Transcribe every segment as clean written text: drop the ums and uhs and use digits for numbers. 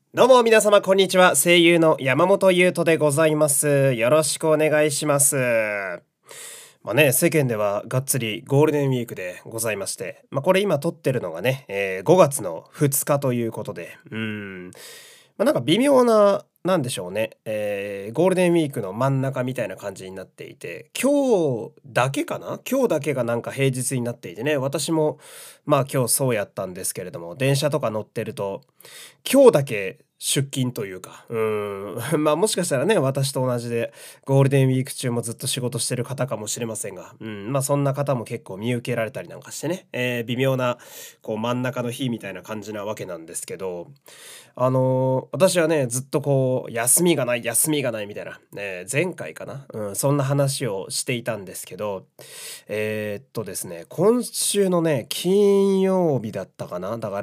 どうも皆様こんにちは。声優の山本優斗でございます。よろしくお願いします。世間ではがっつりゴールデンウィークでございまして、これ今撮ってるのがね、5月の2日ということで、なんか微妙な、なんでしょうね、ゴールデンウィークの真ん中みたいな感じになっていて、今日だけかな今日だけがなんか平日になっていてね、私も今日そうやったんですけれども、電車とか乗ってると、今日だけ出勤というか、もしかしたらね、私と同じでゴールデンウィーク中もずっと仕事してる方かもしれませんが、そんな方も結構見受けられたりなんかしてね、微妙なこう真ん中の日みたいな感じなわけなんですけど、私はね、ずっとこう、休みがない、休みがないみたいな、前回かな、そんな話をしていたんですけど、ですね、今週のね、金曜日だったかな、だから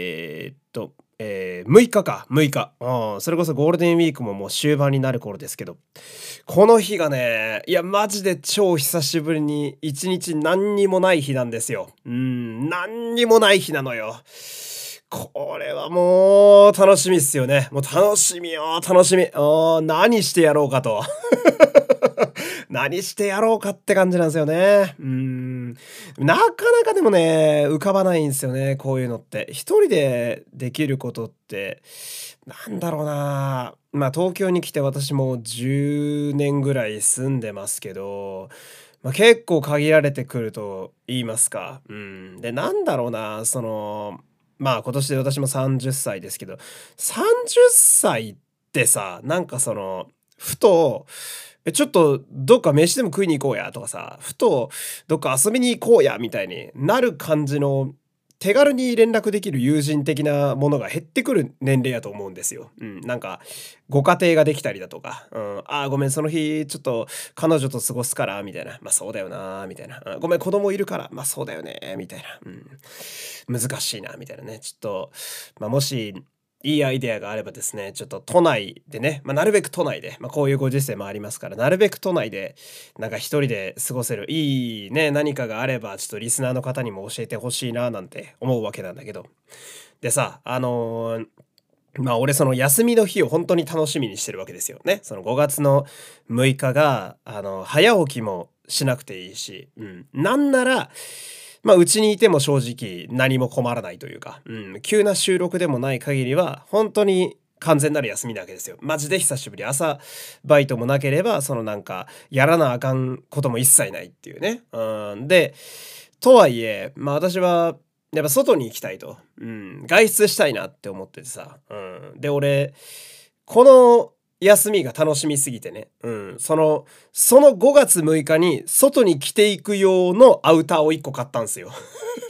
、6日か、6日。それこそゴールデンウィークももう終盤になる頃ですけど、この日がね、いや、マジで超久しぶりに一日何にもない日なんですよ。何にもない日なのよ。これはもう楽しみっすよね。もう楽しみよ、楽しみ。何してやろうかと。何してやろうかって感じなんですよね。なかなかでもね、浮かばないんですよね、こういうのって。一人でできることって、なんだろうな。東京に来て私も10年ぐらい住んでますけど、結構限られてくると言いますか。で、なんだろうな、今年で私も30歳ですけど、30歳ってさ、なんかふと、ちょっとどっか飯でも食いに行こうやとかさ、ふとどっか遊びに行こうやみたいになる感じの手軽に連絡できる友人的なものが減ってくる年齢やと思うんですよ。なんかご家庭ができたりだとか、ごめんその日ちょっと彼女と過ごすからみたいな、そうだよなみたいな、ごめん子供いるからそうだよねみたいな、難しいなみたいなね、ちょっともしいいアイデアがあればですね、ちょっと都内でね、なるべく都内で、こういうご時世もありますから、なるべく都内で、なんか一人で過ごせるいいね、何かがあれば、ちょっとリスナーの方にも教えてほしいな、なんて思うわけなんだけど。でさ、俺その休みの日を本当に楽しみにしてるわけですよね。その5月の6日が、早起きもしなくていいし、なんなら、うちにいても正直何も困らないというか、急な収録でもない限りは、本当に完全なる休みなわけですよ。マジで久しぶり。朝、バイトもなければ、やらなあかんことも一切ないっていうね。で、とはいえ、私は、やっぱ外に行きたいと。外出したいなって思っててさ。で、俺、この休みが楽しみすぎてね。その5月6日に外に着ていく用のアウターを1個買ったんですよ。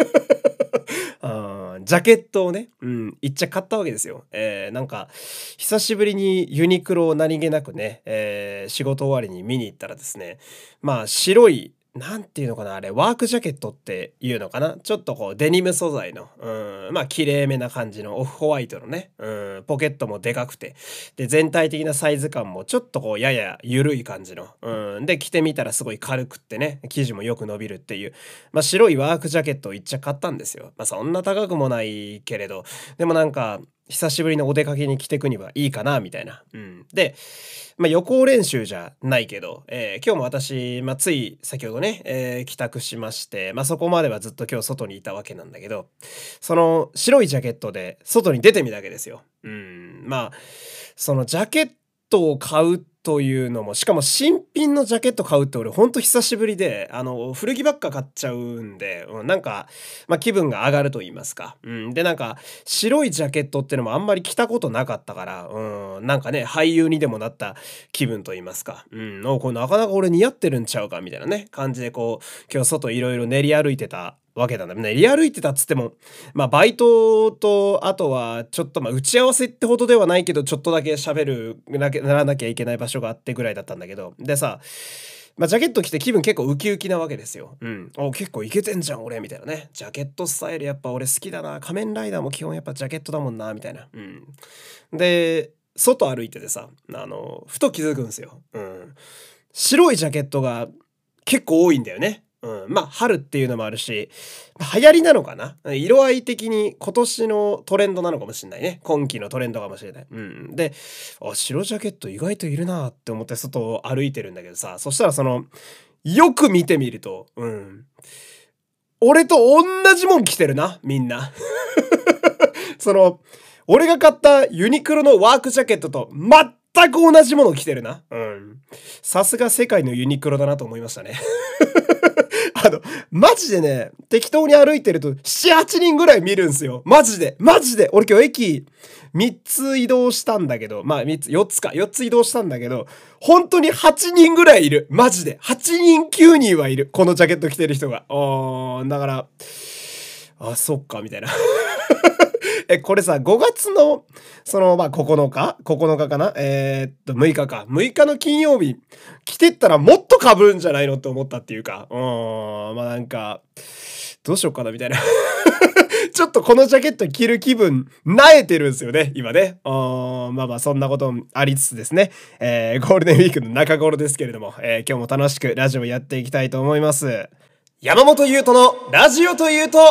ジャケットをね、一着買ったわけですよ。なんか、久しぶりにユニクロを何気なくね、仕事終わりに見に行ったらですね、白い、なんていうのかな、あれ、ワークジャケットっていうのかな、ちょっとこう、デニム素材の、綺麗めな感じのオフホワイトのね、ポケットもでかくて、で、全体的なサイズ感もちょっとこう、やや緩い感じの、で、着てみたらすごい軽くってね、生地もよく伸びるっていう、白いワークジャケットを一着買ったんですよ。そんな高くもないけれど、でもなんか、久しぶりのお出かけに着てくにはいいかな、みたいな。で、予行練習じゃないけど、今日も私、つい先ほどね、帰宅しまして、そこまではずっと今日外にいたわけなんだけど、その白いジャケットで外に出てみたわけですよ。そのジャケットを買うというのも、しかも新品のジャケット買うって俺ほんと久しぶりで、古着ばっか買っちゃうんで、なんか、気分が上がると言いますか。で、なんか、白いジャケットってのもあんまり着たことなかったから、なんかね、俳優にでもなった気分と言いますか。これなかなか俺似合ってるんちゃうかみたいなね、感じでこう、今日外いろいろ練り歩いてたわけなんだ。練り歩いてたっつっても、バイトと、あとは、ちょっと、打ち合わせってほどではないけど、ちょっとだけ喋る、ならなきゃいけない場所があってぐらいだったんだけど、でさ、ジャケット着て気分結構ウキウキなわけですよ。結構イケてんじゃん、俺、みたいなね。ジャケットスタイルやっぱ俺好きだな。仮面ライダーも基本やっぱジャケットだもんな、みたいな。で、外歩いててさ、ふと気づくんですよ。白いジャケットが結構多いんだよね。 まあ、春っていうのもあるし、流行りなのかな、色合い的に今年のトレンドなのかもしれないね。今季のトレンドかもしれない。で、白ジャケット意外といるなって思って外を歩いてるんだけどさ、そしたらよく見てみると、俺と同じもん着てるな、みんな。俺が買ったユニクロのワークジャケットと全く同じものを着てるな。さすが世界のユニクロだなと思いましたね。マジでね、適当に歩いてると7、8人ぐらい見るんすよ。マジで。俺今日駅3つ移動したんだけど、4つ移動したんだけど、本当に8人ぐらいいる。マジで。8人9人はいる。このジャケット着てる人が。だから、そっか、みたいな。これさ、5月の、9日かな6日か。6日の金曜日、着てったらもっと被るんじゃないのって思ったっていうか。なんか、どうしようかな、みたいな。ちょっとこのジャケット着る気分、萎えてるんですよね、今ね。そんなこともありつつですね。ゴールデンウィークの中頃ですけれども、今日も楽しくラジオやっていきたいと思います。山本優斗のラジオというと、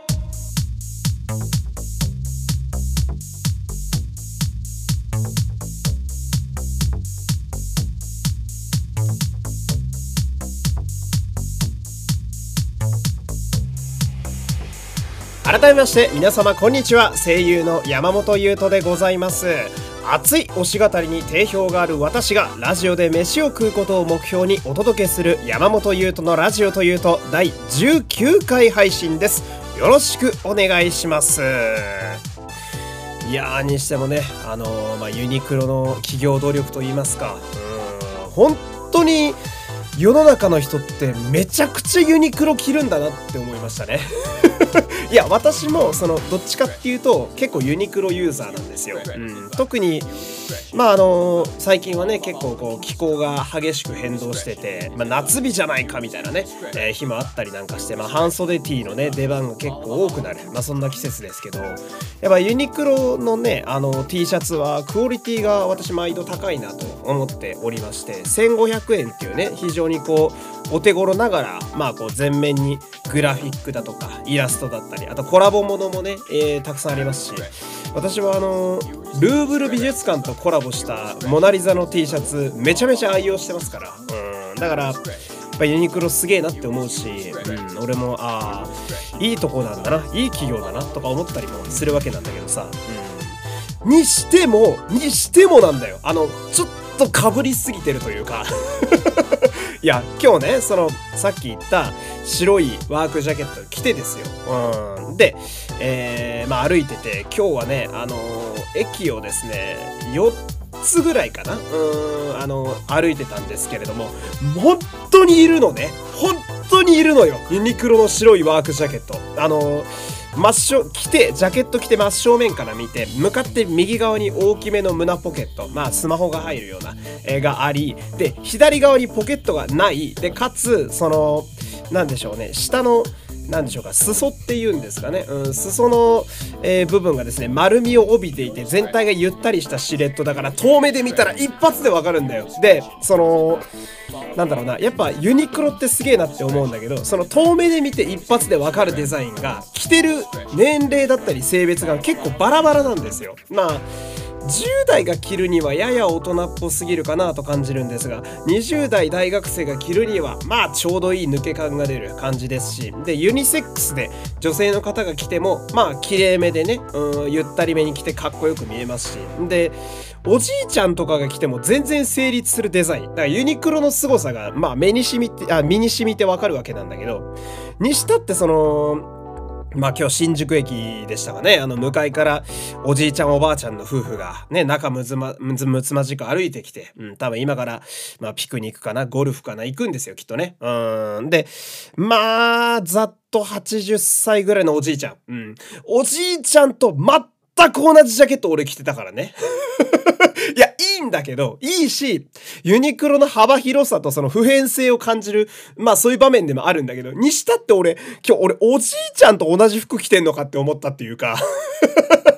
改めまして皆様こんにちは。声優の山本優斗でございます。熱い推し語りに定評がある私がラジオで飯を食うことを目標にお届けする山本優斗のラジオというと第19回配信です。よろしくお願いします。いやーにしてもね、ユニクロの企業努力といいますか、本当に世の中の人ってめちゃくちゃユニクロ着るんだなって思いましたね。いや私もどっちかっていうと結構ユニクロユーザーなんですよ。特に最近はね結構気候が激しく変動してて、夏日じゃないかみたいなね、日もあったりなんかして、半袖 T のね出番が結構多くなる、そんな季節ですけど、やっぱユニクロのねT シャツはクオリティが私毎度高いなと思っておりまして、1500円っていうね非常にお手頃ながら前面にグラフィックだとかイラストだったり、あとコラボものもね、たくさんありますし、私はルーブル美術館とコラボしたモナリザの T シャツめちゃめちゃ愛用してますから、だからやっぱユニクロすげえなって思うし、俺もいいとこなんだな、いい企業だなとか思ったりもするわけなんだけどさ、にしてもなんだよ、ちょっとかぶりすぎてるというかいや今日ねさっき言った白いワークジャケット着てですよ。で、歩いてて今日はね駅をですね4つぐらいかな歩いてたんですけれども、本当にいるのね、本当にいるのよ、ユニクロの白いワークジャケット。ジャケット着て真正面から見て、向かって右側に大きめの胸ポケット、スマホが入るような、があり、で左側にポケットがないで、かつなんでしょうね、下のなんでしょうか、裾っていうんですかね、裾の、部分がですね丸みを帯びていて、全体がゆったりしたシルエットだから、遠目で見たら一発でわかるんだよ。でなんだろうな、やっぱユニクロってすげえなって思うんだけど、遠目で見て一発でわかるデザインが、着てる年齢だったり性別が結構バラバラなんですよ。10代が着るにはやや大人っぽすぎるかなと感じるんですが、20代大学生が着るにはちょうどいい抜け感が出る感じですし、でユニセックスで女性の方が着ても綺麗めでね、ゆったりめに着てかっこよく見えますし、でおじいちゃんとかが着ても全然成立するデザインだから、ユニクロの凄さが身に染みてわかるわけなんだけど、にしたって今日新宿駅でしたかね、向かいからおじいちゃんおばあちゃんの夫婦がね、仲むつまじく歩いてきて、多分今からピクニックかな、ゴルフかな行くんですよきっとね。でざっと80歳ぐらいのおじいちゃん、おじいちゃんと全く同じジャケット俺着てたからね。いや、いいんだけど、いいし、ユニクロの幅広さと普遍性を感じる、そういう場面でもあるんだけど、にしたって今日おじいちゃんと同じ服着てんのかって思ったっていうか、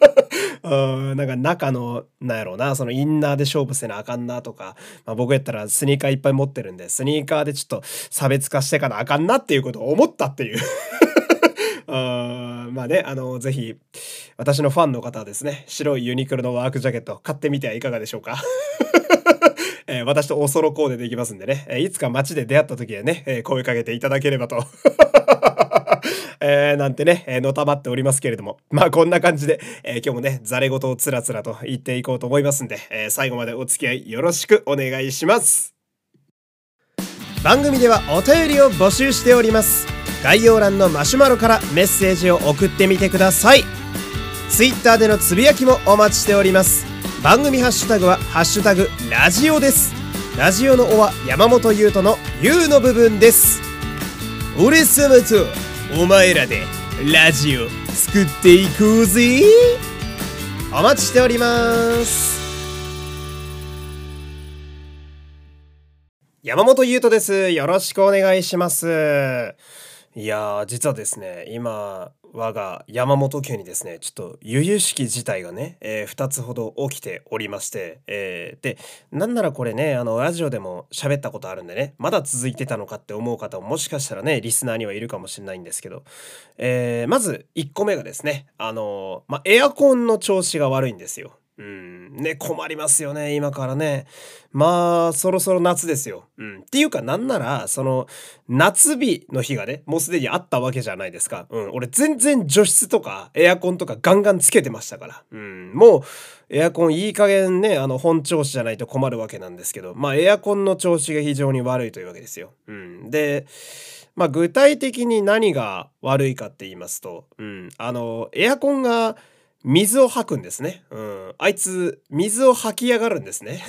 なんか中の、なんやろうな、そのインナーで勝負せなあかんなとか、僕やったらスニーカーいっぱい持ってるんで、スニーカーでちょっと差別化してかなあかんなっていうことを思ったっていう。まあね、ぜひ、私のファンの方はですね、白いユニクロのワークジャケット買ってみてはいかがでしょうか。私とおそろコーデできますんでね、いつか街で出会った時はね、声かけていただければと。なんてね、のたまっておりますけれども。まあこんな感じで、今日もね、ざれ言をつらつらと言っていこうと思いますんで、最後までお付き合いよろしくお願いします。番組ではお便りを募集しております。概要欄のマシュマロからメッセージを送ってみてください。Twitter でのつぶやきもお待ちしております。番組ハッシュタグはハッシュタグラジオです。ラジオのおは山本優斗の U の部分です。俺様とお前らでラジオ作っていこうぜ。お待ちしております。山本優斗です。よろしくお願いします。いやー、実はですね、今、我が山本家にですね、ちょっと由々しき事態がね、2つほど起きておりまして、で、なんならこれね、ラジオでも喋ったことあるんでね、まだ続いてたのかって思う方ももしかしたらね、リスナーにはいるかもしれないんですけど、まず1個目がですね、エアコンの調子が悪いんですよ。ね、困りますよね、今からね。まあ、そろそろ夏ですよ。っていうか、なんなら、その、夏日の日がね、もうすでにあったわけじゃないですか。俺全然除湿とかエアコンとかガンガンつけてましたから。もう、エアコンいい加減ね、本調子じゃないと困るわけなんですけど、まあ、エアコンの調子が非常に悪いというわけですよ。で、まあ、具体的に何が悪いかって言いますと、エアコンが水を吐くんですね。あいつ、水を吐きやがるんですね。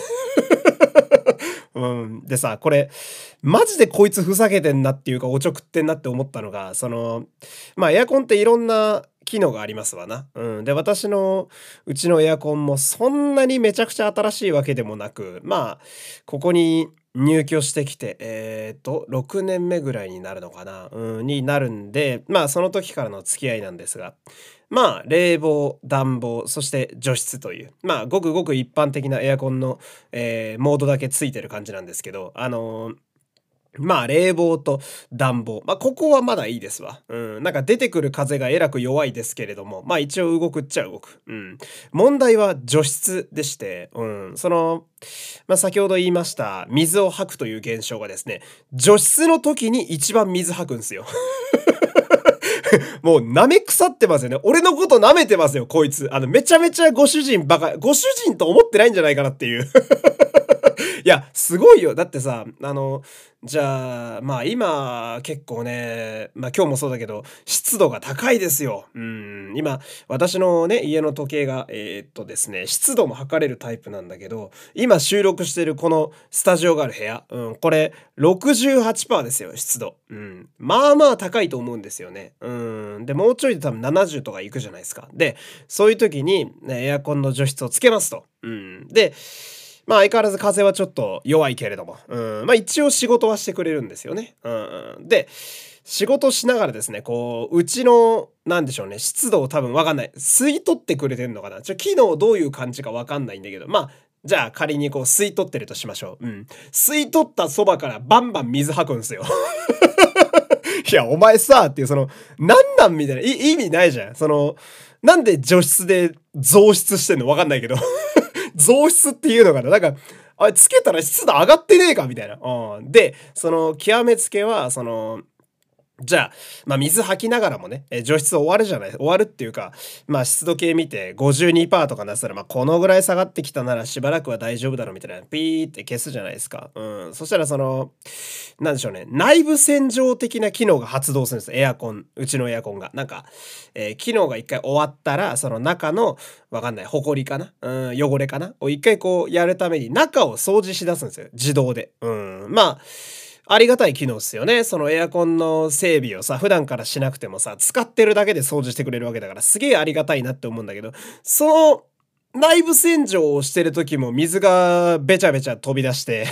でさ、これ、マジでこいつふざけてんなっていうか、おちょくってんなって思ったのが、エアコンっていろんな機能がありますわな。で、私のうちのエアコンもそんなにめちゃくちゃ新しいわけでもなく、ここに入居してきて、6年目ぐらいになるのかな、になるんで、その時からの付き合いなんですが、冷房、暖房、そして除湿という、ごくごく一般的なエアコンの、モードだけついてる感じなんですけど、冷房と暖房。ここはまだいいですわ。なんか出てくる風がえらく弱いですけれども、一応動くっちゃ動く。問題は除湿でして、先ほど言いました、水を吐くという現象がですね、除湿の時に一番水吐くんですよ。もう舐め腐ってますよね。俺のこと舐めてますよ、こいつ。めちゃめちゃご主人ご主人と思ってないんじゃないかなっていう。いや、すごいよ。だってさ、じゃあ、今、結構ね、今日もそうだけど、湿度が高いですよ。今、私のね、家の時計が、ですね、湿度も測れるタイプなんだけど、今収録してるこのスタジオがある部屋、これ、68%ですよ、湿度。まあまあ高いと思うんですよね。で、もうちょいで多分70とかいくじゃないですか。で、そういう時に、ね、エアコンの除湿をつけますと。で、相変わらず風はちょっと弱いけれども、一応仕事はしてくれるんですよね。で、仕事しながらですね、こう、うちの、なんでしょうね、湿度を多分わかんない。吸い取ってくれてんのかな。昨日どういう感じかわかんないんだけど、じゃあ仮にこう吸い取ってるとしましょう。吸い取ったそばからバンバン水吐くんですよ。いや、お前さ、っていうなんなんみたいな、意味ないじゃん。なんで除湿で増湿してんのわかんないけど。増湿っていうのかな、なんか、あれつけたら湿度上がってねえかみたいな。で、極めつけは、じゃあ、水吐きながらもね、除湿終わるじゃない、終わるっていうか、湿度計見て52%とかなったら、このぐらい下がってきたならしばらくは大丈夫だろうみたいな、ピーって消すじゃないですか。そしたらなんでしょうね、内部洗浄的な機能が発動するんです。エアコン、うちのエアコンが。なんか、機能が一回終わったら、その中の、わかんない、ホコリかな、汚れかなを一回こうやるために中を掃除し出すんですよ。自動で。ありがたい機能っすよね。そのエアコンの整備をさ、普段からしなくてもさ、使ってるだけで掃除してくれるわけだから、すげえありがたいなって思うんだけど、その内部洗浄をしてる時も水がべちゃべちゃ飛び出して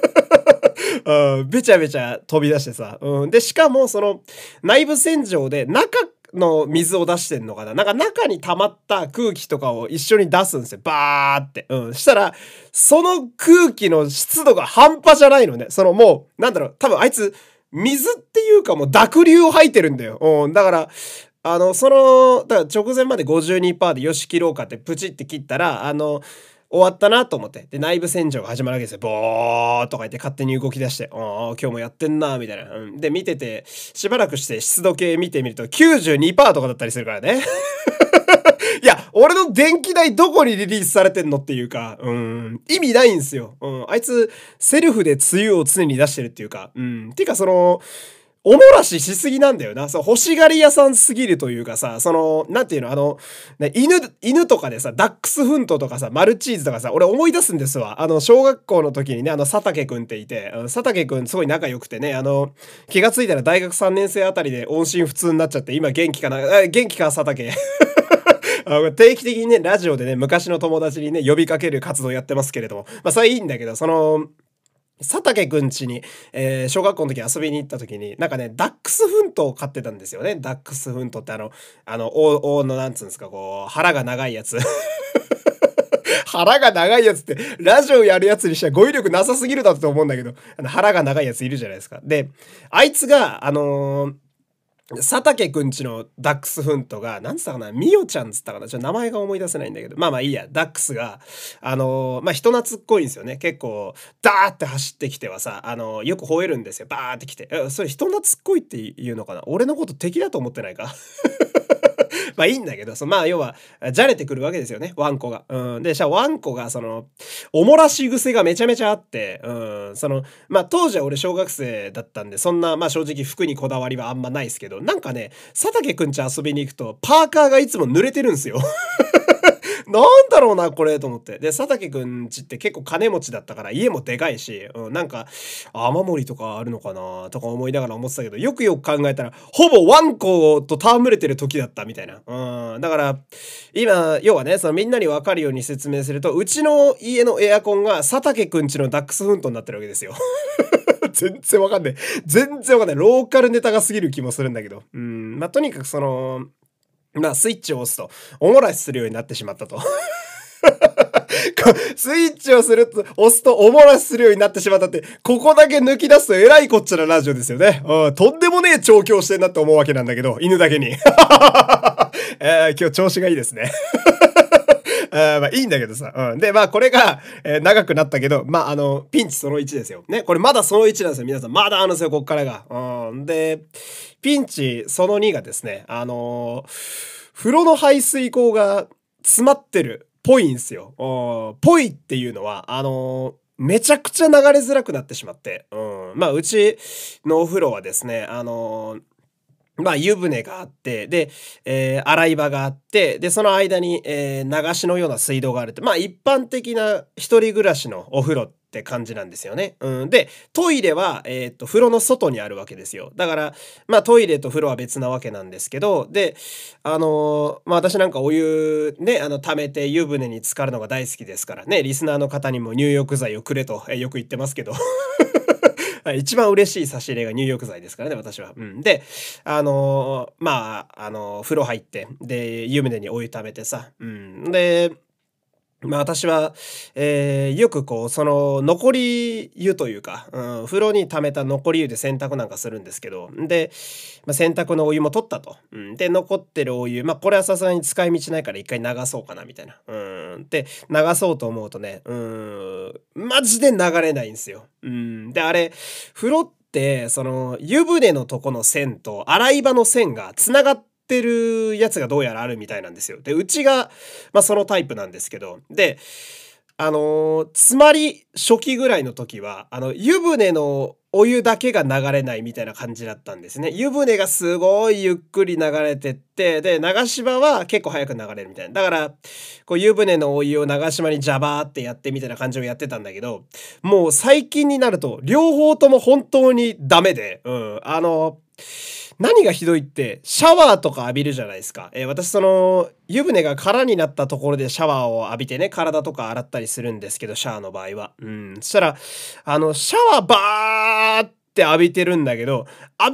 べちゃべちゃ飛び出してさ、で、しかもその内部洗浄で中の水を出してんのかな、なんか中に溜まった空気とかを一緒に出すんですよ。バーって。したら、その空気の湿度が半端じゃないのね。もう、なんだろう、多分あいつ、水っていうかもう濁流を吐いてるんだよ。だから、だから直前まで52%でよし切ろうかってプチって切ったら、終わったなと思って。で、内部洗浄が始まるわけですよ。ボーとか言って勝手に動き出して、今日もやってんなみたいな。で、見てて、しばらくして湿度計見てみると92%とかだったりするからね。いや、俺の電気代どこにリリースされてんのっていうか、意味ないんすよ。あいつ、セルフで梅雨を常に出してるっていうか、てかおもらししすぎなんだよな。欲しがり屋さんすぎるというかさ、なんていうの、ね、犬とかでさ、ダックスフントとかさ、マルチーズとかさ、俺思い出すんですわ。小学校の時にね、佐竹くんっていて、佐竹くんすごい仲良くてね、気がついたら大学3年生あたりで音信不通になっちゃって、今元気かな、元気か、佐竹。定期的にね、ラジオでね、昔の友達にね、呼びかける活動やってますけれども、まあ、それいいんだけど、佐竹くん家に、小学校の時遊びに行った時に、なんかね、ダックスフントを飼ってたんですよね。ダックスフントってなんつうんですか、こう、腹が長いやつ。腹が長いやつって、ラジオやるやつにしては語彙力なさすぎるだと思うんだけど、腹が長いやついるじゃないですか。で、あいつが、佐竹くんちのダックスフントが、なんつったかな、みよちゃんつったかな、名前が思い出せないんだけど、まあまあいいや、ダックスが、まあ人懐っこいんですよね。結構、ダーって走ってきてはさ、よく吠えるんですよ。バーって来て。それ人懐っこいって言うのかな、俺のこと敵だと思ってないか。まあいいんだけど、まあ要は、じゃれてくるわけですよね、ワンコが。で、ワンコが、おもらし癖がめちゃめちゃあって、まあ当時は俺小学生だったんで、そんな、まあ正直服にこだわりはあんまないですけど、なんかね、佐竹くんち遊びに行くと、パーカーがいつも濡れてるんですよ。なんだろうな、これ、と思って。で、佐竹くんちって結構金持ちだったから、家もでかいし、なんか、雨漏りとかあるのかな、とか思いながら思ってたけど、よくよく考えたら、ほぼワンコと戯れてる時だったみたいな。だから、今、要はね、みんなにわかるように説明すると、うちの家のエアコンが佐竹くんちのダックスフントになってるわけですよ。全然わかんない。全然わかんない。ローカルネタが過ぎる気もするんだけど。まあ、とにかくまあ、スイッチを押すと、おもらしするようになってしまったと。スイッチを押すとおもらしするようになってしまったって、ここだけ抜き出すとえらいこっちゃなラジオですよね。とんでもねえ調教してんなって思うわけなんだけど、犬だけに。今日調子がいいですね。まあいいんだけどさ。で、まあこれが、長くなったけど、まあピンチその1ですよ。ね。これまだその1なんですよ。皆さん。まだあるんですよ、こっからが。で、ピンチその2がですね、風呂の排水口が詰まってるっぽいんすよ。ぽいっていうのは、めちゃくちゃ流れづらくなってしまって。まあうちのお風呂はですね、まあ、湯船があって、で、洗い場があって、で、その間に、流しのような水道があるって、まあ、一般的な一人暮らしのお風呂って感じなんですよね。で、トイレは、風呂の外にあるわけですよ。だから、まあ、トイレと風呂は別なわけなんですけど、で、まあ、私なんかお湯ね、溜めて湯船に浸かるのが大好きですからね、リスナーの方にも入浴剤をくれと、よく言ってますけど。一番嬉しい差し入れが入浴剤ですからね、私は。で、まあ、風呂入って、で、湯船にお湯溜めてさ、で、まあ私は、よくこう、残り湯というか、風呂に溜めた残り湯で洗濯なんかするんですけど、で、まあ、洗濯のお湯も取ったと。で、残ってるお湯、まあこれはさすがに使い道ないから一回流そうかな、みたいな。で、流そうと思うとね、マジで流れないんですよ。で、あれ、風呂って、湯船のとこの線と洗い場の線が繋がってるやつがどうやらあるみたいなんですよ。で、うちが、まあ、そのタイプなんですけど、で、つまり初期ぐらいの時は、湯船のお湯だけが流れないみたいな感じだったんですね。湯船がすごいゆっくり流れてって、で、流し場は結構早く流れるみたいな。だから、こう湯船のお湯を流し場にジャバーってやってみたいな感じをやってたんだけど、もう最近になると、両方とも本当にダメで、何がひどいって、シャワーとか浴びるじゃないですか。私湯船が空になったところでシャワーを浴びてね、体とか洗ったりするんですけど、シャワーの場合は。そしたら、シャワーバーって浴びてるんだけど、浴び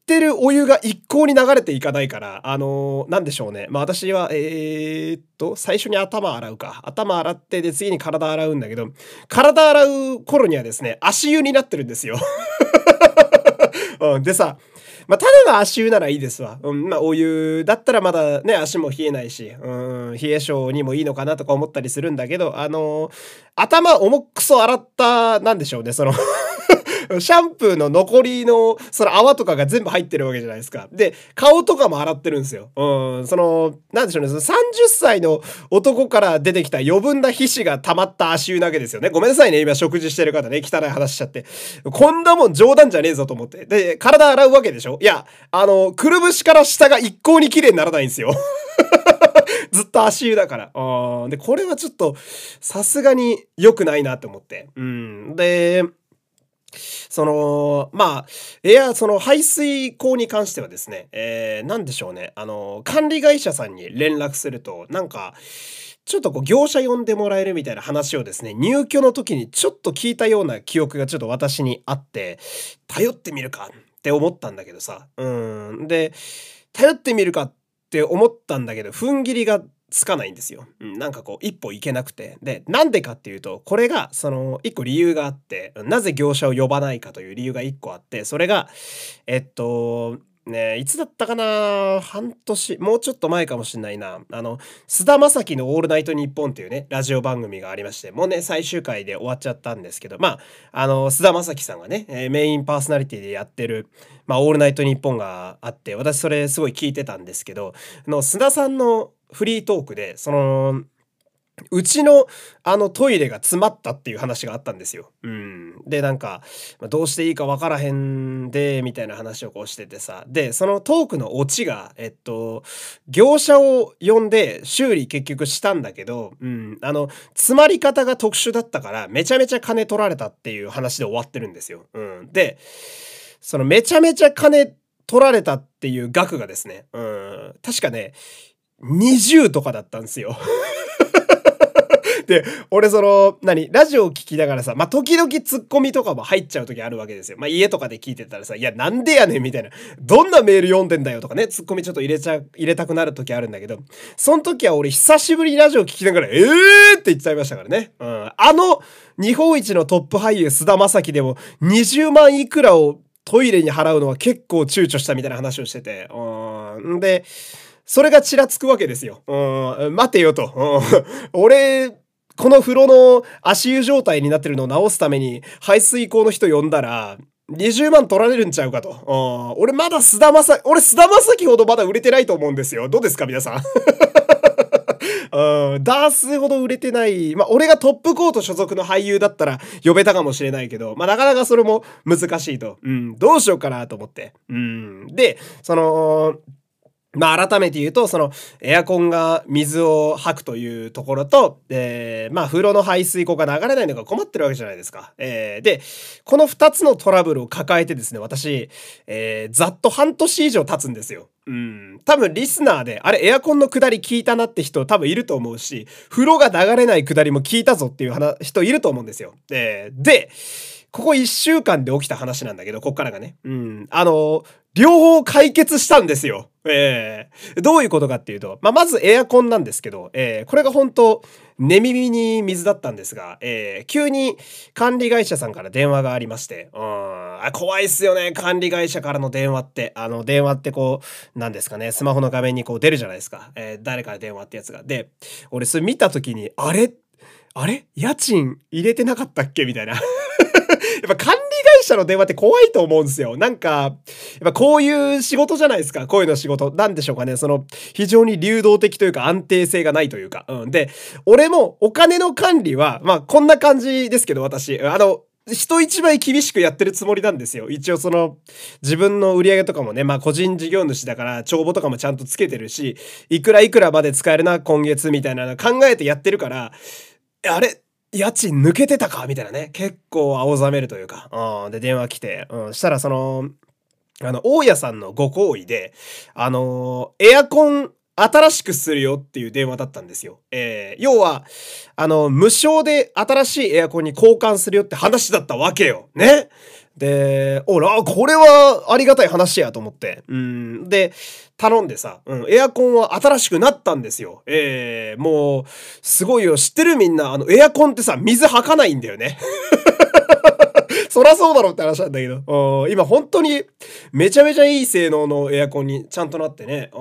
ってるお湯が一向に流れていかないから、なんでしょうね。まあ私は、最初に頭洗うか。頭洗って、で、次に体洗うんだけど、体洗う頃にはですね、足湯になってるんですよ。うん、でさ、まあ、ただの足湯ならいいですわ。うん、まあ、お湯だったらまだね、足も冷えないし、冷え性にもいいのかなとか思ったりするんだけど、頭重くそ洗った、なんでしょうね、そのシャンプーの残りの、その泡とかが全部入ってるわけじゃないですか。で、顔とかも洗ってるんですよ。なんでしょうね、その30歳の男から出てきた余分な皮脂が溜まった足湯なわけですよね。ごめんなさいね、今食事してる方ね、汚い話しちゃって。こんなもん冗談じゃねえぞと思って。で、体洗うわけでしょ。いや、くるぶしから下が一向に綺麗にならないんですよ。ずっと足湯だから。で、これはちょっと、さすがに良くないなって思って。で、まあ、その排水口に関してはですね、なんでしょうね。管理会社さんに連絡すると、なんか、ちょっとこう業者呼んでもらえるみたいな話をですね、入居の時にちょっと聞いたような記憶がちょっと私にあって、頼ってみるかって思ったんだけどさ。で、頼ってみるかって思ったんだけど、踏ん切りがつかないんですよ。なんかこう一歩行けなくて。で、なんでかっていうと、これがその一個理由があって、なぜ業者を呼ばないかという理由が一個あって、それが、いつだったかな、半年、もうちょっと前かもしんないな。菅田将暉のオールナイトニッポンっていうね、ラジオ番組がありまして、もうね、最終回で終わっちゃったんですけど、まあ、菅田将暉さんがね、メインパーソナリティでやってる、まあ、オールナイトニッポンがあって、私それすごい聞いてたんですけど、菅田さんのフリートークで、うちのトイレが詰まったっていう話があったんですよ。で、なんか、どうしていいかわからへんで、みたいな話をこうしててさ。で、そのトークのオチが、業者を呼んで修理結局したんだけど、詰まり方が特殊だったから、めちゃめちゃ金取られたっていう話で終わってるんですよ。で、そのめちゃめちゃ金取られたっていう額がですね、確かね、20とかだったんですよ。で、俺ラジオを聞きながらさ、まあ、時々ツッコミとかも入っちゃう時あるわけですよ。まあ、家とかで聞いてたらさ、いや、なんでやねんみたいな。どんなメール読んでんだよとかね、ツッコミちょっと入れたくなる時あるんだけど、その時は俺久しぶりにラジオ聞きながら、って言っちゃいましたからね。日本一のトップ俳優菅田将暉でも20万いくらをトイレに払うのは結構躊躇したみたいな話をしてて、で、それがちらつくわけですよ。待てよと。俺、この風呂の足湯状態になってるのを直すために排水口の人呼んだら、20万取られるんちゃうかと。俺菅田将暉ほどまだ売れてないと思うんですよ。どうですか皆さん。ダースほど売れてない。まあ、俺がトップコート所属の俳優だったら呼べたかもしれないけど、まあ、なかなかそれも難しいと。どうしようかなと思って。で、まあ改めて言うと、エアコンが水を吐くというところと、まあ風呂の排水口が流れないのが困ってるわけじゃないですか。で、この2つのトラブルを抱えてですね、私、ざっと半年以上経つんですよ。多分リスナーで、あれエアコンの下り聞いたなって人多分いると思うし、風呂が流れない下りも聞いたぞっていう人いると思うんですよ。で、ここ1週間で起きた話なんだけど、こっからがね。両方解決したんですよ。どういうことかっていうと、まずエアコンなんですけど、これが本当寝耳に水だったんですが、急に管理会社さんから電話がありまして、怖いっすよね、管理会社からの電話って。電話ってこう、なんですかね、スマホの画面にこう出るじゃないですか。誰から電話ってやつが。で、俺それ見たときに、あれ家賃入れてなかったっけみたいな。やっぱ管理会社の電話って怖いと思うんですよ。なんか、やっぱこういう仕事じゃないですか。こういうの仕事。なんでしょうかね。非常に流動的というか安定性がないというか。で、俺もお金の管理は、まあこんな感じですけど、私。人一倍厳しくやってるつもりなんですよ。一応自分の売り上げとかもね、まあ個人事業主だから帳簿とかもちゃんとつけてるし、いくらまで使えるな、今月みたいなの考えてやってるから、あれ家賃抜けてたかみたいなね。結構青ざめるというか。で、電話来て。したら大家さんのご好意で、エアコン新しくするよっていう電話だったんですよ。要は、無償で新しいエアコンに交換するよって話だったわけよ。ね。 で、これはありがたい話やと思って。で、頼んでさ、エアコンは新しくなったんですよ。もう、すごいよ。知ってるみんな、エアコンってさ、水吐かないんだよね。そらそうだろうって話なんだけど。今本当にめちゃめちゃいい性能のエアコンにちゃんとなってね。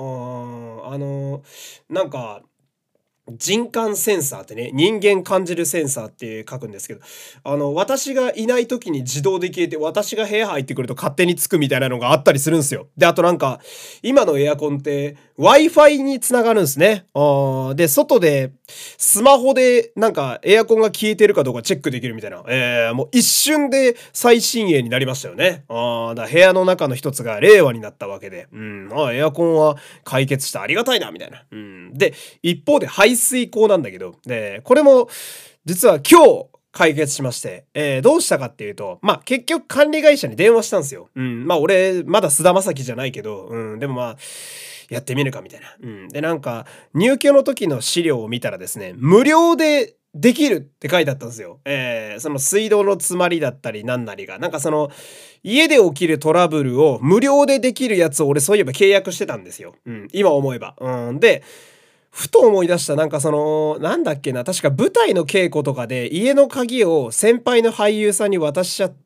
なんか、人感センサーってね、人間感じるセンサーって書くんですけど、私がいない時に自動で消えて、私が部屋入ってくると勝手につくみたいなのがあったりするんですよ。で、あとなんか、今のエアコンって Wi-Fi につながるんですね。で、外で、スマホでなんかエアコンが消えてるかどうかチェックできるみたいな。もう一瞬で最新鋭になりましたよね。だ部屋の中の一つが令和になったわけで。エアコンは解決したありがたいな、みたいな。で、一方で排水口なんだけど、で、これも実は今日解決しまして、どうしたかっていうと、結局管理会社に電話したんですよ。俺、まだ菅田将暉じゃないけど、でもやってみるかみたいな。で、なんか、入居の時の資料を見たらですね、無料でできるって書いてあったんですよ。その水道の詰まりだったりなんなりが。なんかその、家で起きるトラブルを無料でできるやつを俺そういえば契約してたんですよ。今思えば。で、ふと思い出した、なんかその、なんだっけな、確か舞台の稽古とかで家の鍵を先輩の俳優さんに渡しちゃって、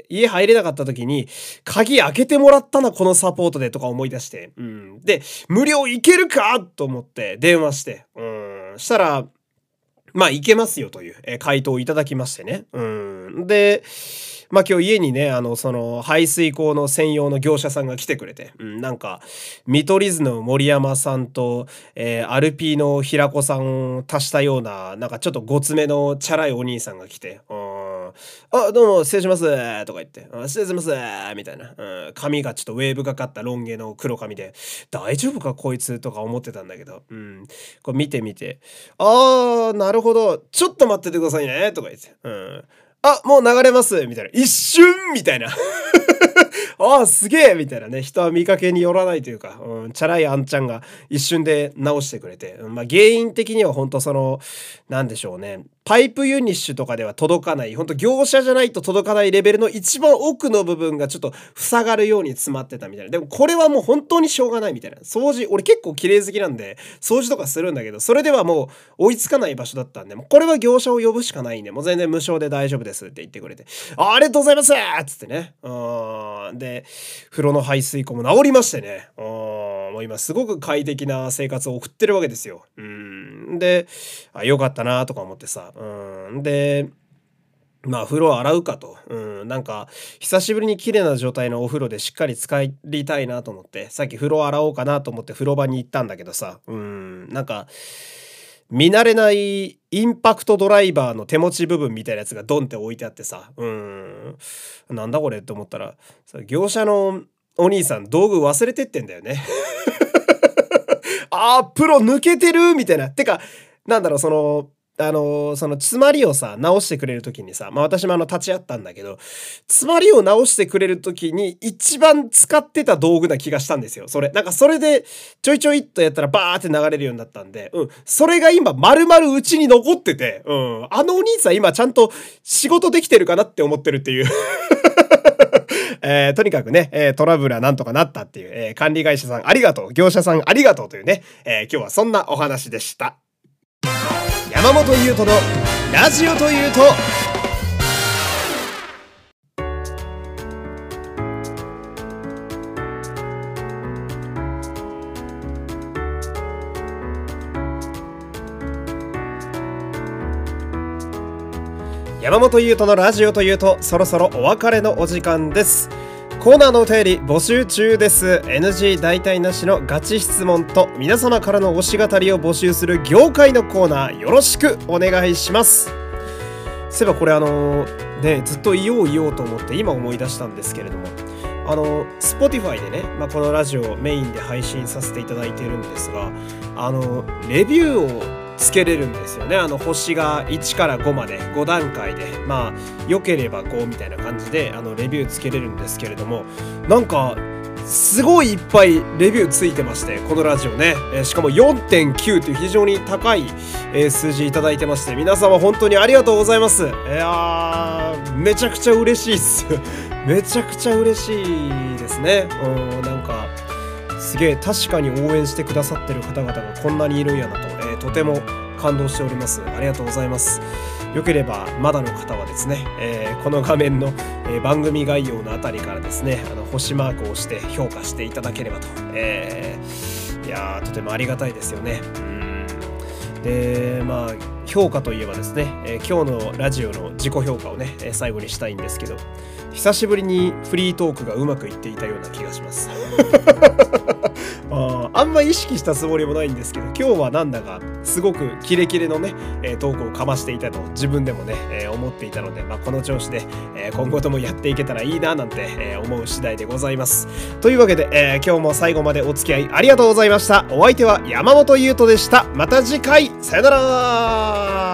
家入れなかった時に、鍵開けてもらったな、このサポートでとか思い出して。で、無料いけるかと思って電話して。したら、いけますよという、回答をいただきましてね。で、今日家にね、その排水口の専用の業者さんが来てくれて、なんか、見取り図の森山さんと、アルピーの平子さんを足したような、なんかちょっとごつめのチャラいお兄さんが来て、どうも、失礼します、とか言って、失礼します、みたいな。髪がちょっとウェーブがかったロン毛の黒髪で、大丈夫かこいつとか思ってたんだけど、これ見てみて、なるほど、ちょっと待っててくださいね、とか言って、もう流れますみたいな。一瞬みたいな。すげえみたいなね。人は見かけによらないというか、チャラいあんちゃんが一瞬で直してくれて。原因的には本当その、なんでしょうね。パイプユニッシュとかでは届かない、本当業者じゃないと届かないレベルの一番奥の部分がちょっと塞がるように詰まってたみたいな。でもこれはもう本当にしょうがないみたいな。掃除、俺結構綺麗好きなんで、掃除とかするんだけど、それではもう追いつかない場所だったんで、もうこれは業者を呼ぶしかないんで、もう全然無償で大丈夫ですって言ってくれて、ありがとうございますつってね。で、風呂の排水溝も治りましてね。もう今すごく快適な生活を送ってるわけですよ。で、よかったなとか思ってさ。で、風呂洗うかと。なんか、久しぶりに綺麗な状態のお風呂でしっかり使いたいなと思って、さっき風呂洗おうかなと思って風呂場に行ったんだけどさ、なんか、見慣れないインパクトドライバーの手持ち部分みたいなやつがドンって置いてあってさ、なんだこれって思ったら、業者のお兄さん道具忘れてってんだよね。プロ抜けてるみたいな。てか、なんだろう、その詰まりをさ、直してくれるときにさ、私も立ち会ったんだけど、詰まりを直してくれるときに一番使ってた道具な気がしたんですよ。それ。なんかそれでちょいちょいっとやったらバーって流れるようになったんで、それが今丸々うちに残ってて、お兄さん今ちゃんと仕事できてるかなって思ってるっていう。とにかくね、トラブルはなんとかなったっていう、管理会社さんありがとう、業者さんありがとうというね、今日はそんなお話でした。山本優斗のラジオというと、山本優斗のラジオというと、そろそろお別れのお時間です。コーナーのお便り募集中です。 NG 代替なしのガチ質問と皆様からの推し語りを募集する業界のコーナー、よろしくお願いします。そういえばこれずっと言おうと思って今思い出したんですけれども、Spotify でね、このラジオをメインで配信させていただいているんですが、レビューをつけれるんですよね。星が1から5まで5段階で、良ければ5みたいな感じでレビューつけれるんですけれども、なんかすごいいっぱいレビューついてまして、このラジオね、しかも 4.9 という非常に高い、数字いただいてまして、皆様本当にありがとうございます。いやー、めちゃくちゃ嬉しいっす。めちゃくちゃ嬉しいですね。なんかすげえ確かに応援してくださってる方々がこんなにいるんやなと、とても感動しております。ありがとうございます。よければまだの方はですね、この画面の、番組概要のあたりからですね、星マークを押して評価していただければと、いやーとてもありがたいですよね。でまあ評価といえばですね、今日のラジオの自己評価をね、最後にしたいんですけど、久しぶりにフリートークがうまくいっていたような気がします。あんま意識したつもりもないんですけど、今日はなんだかすごくキレキレのね、トークをかましていたと自分でもね、思っていたので、この調子で、今後ともやっていけたらいいななんて、思う次第でございます。というわけで、今日も最後までお付き合いありがとうございました。お相手は山本優斗でした。また次回、さよなら。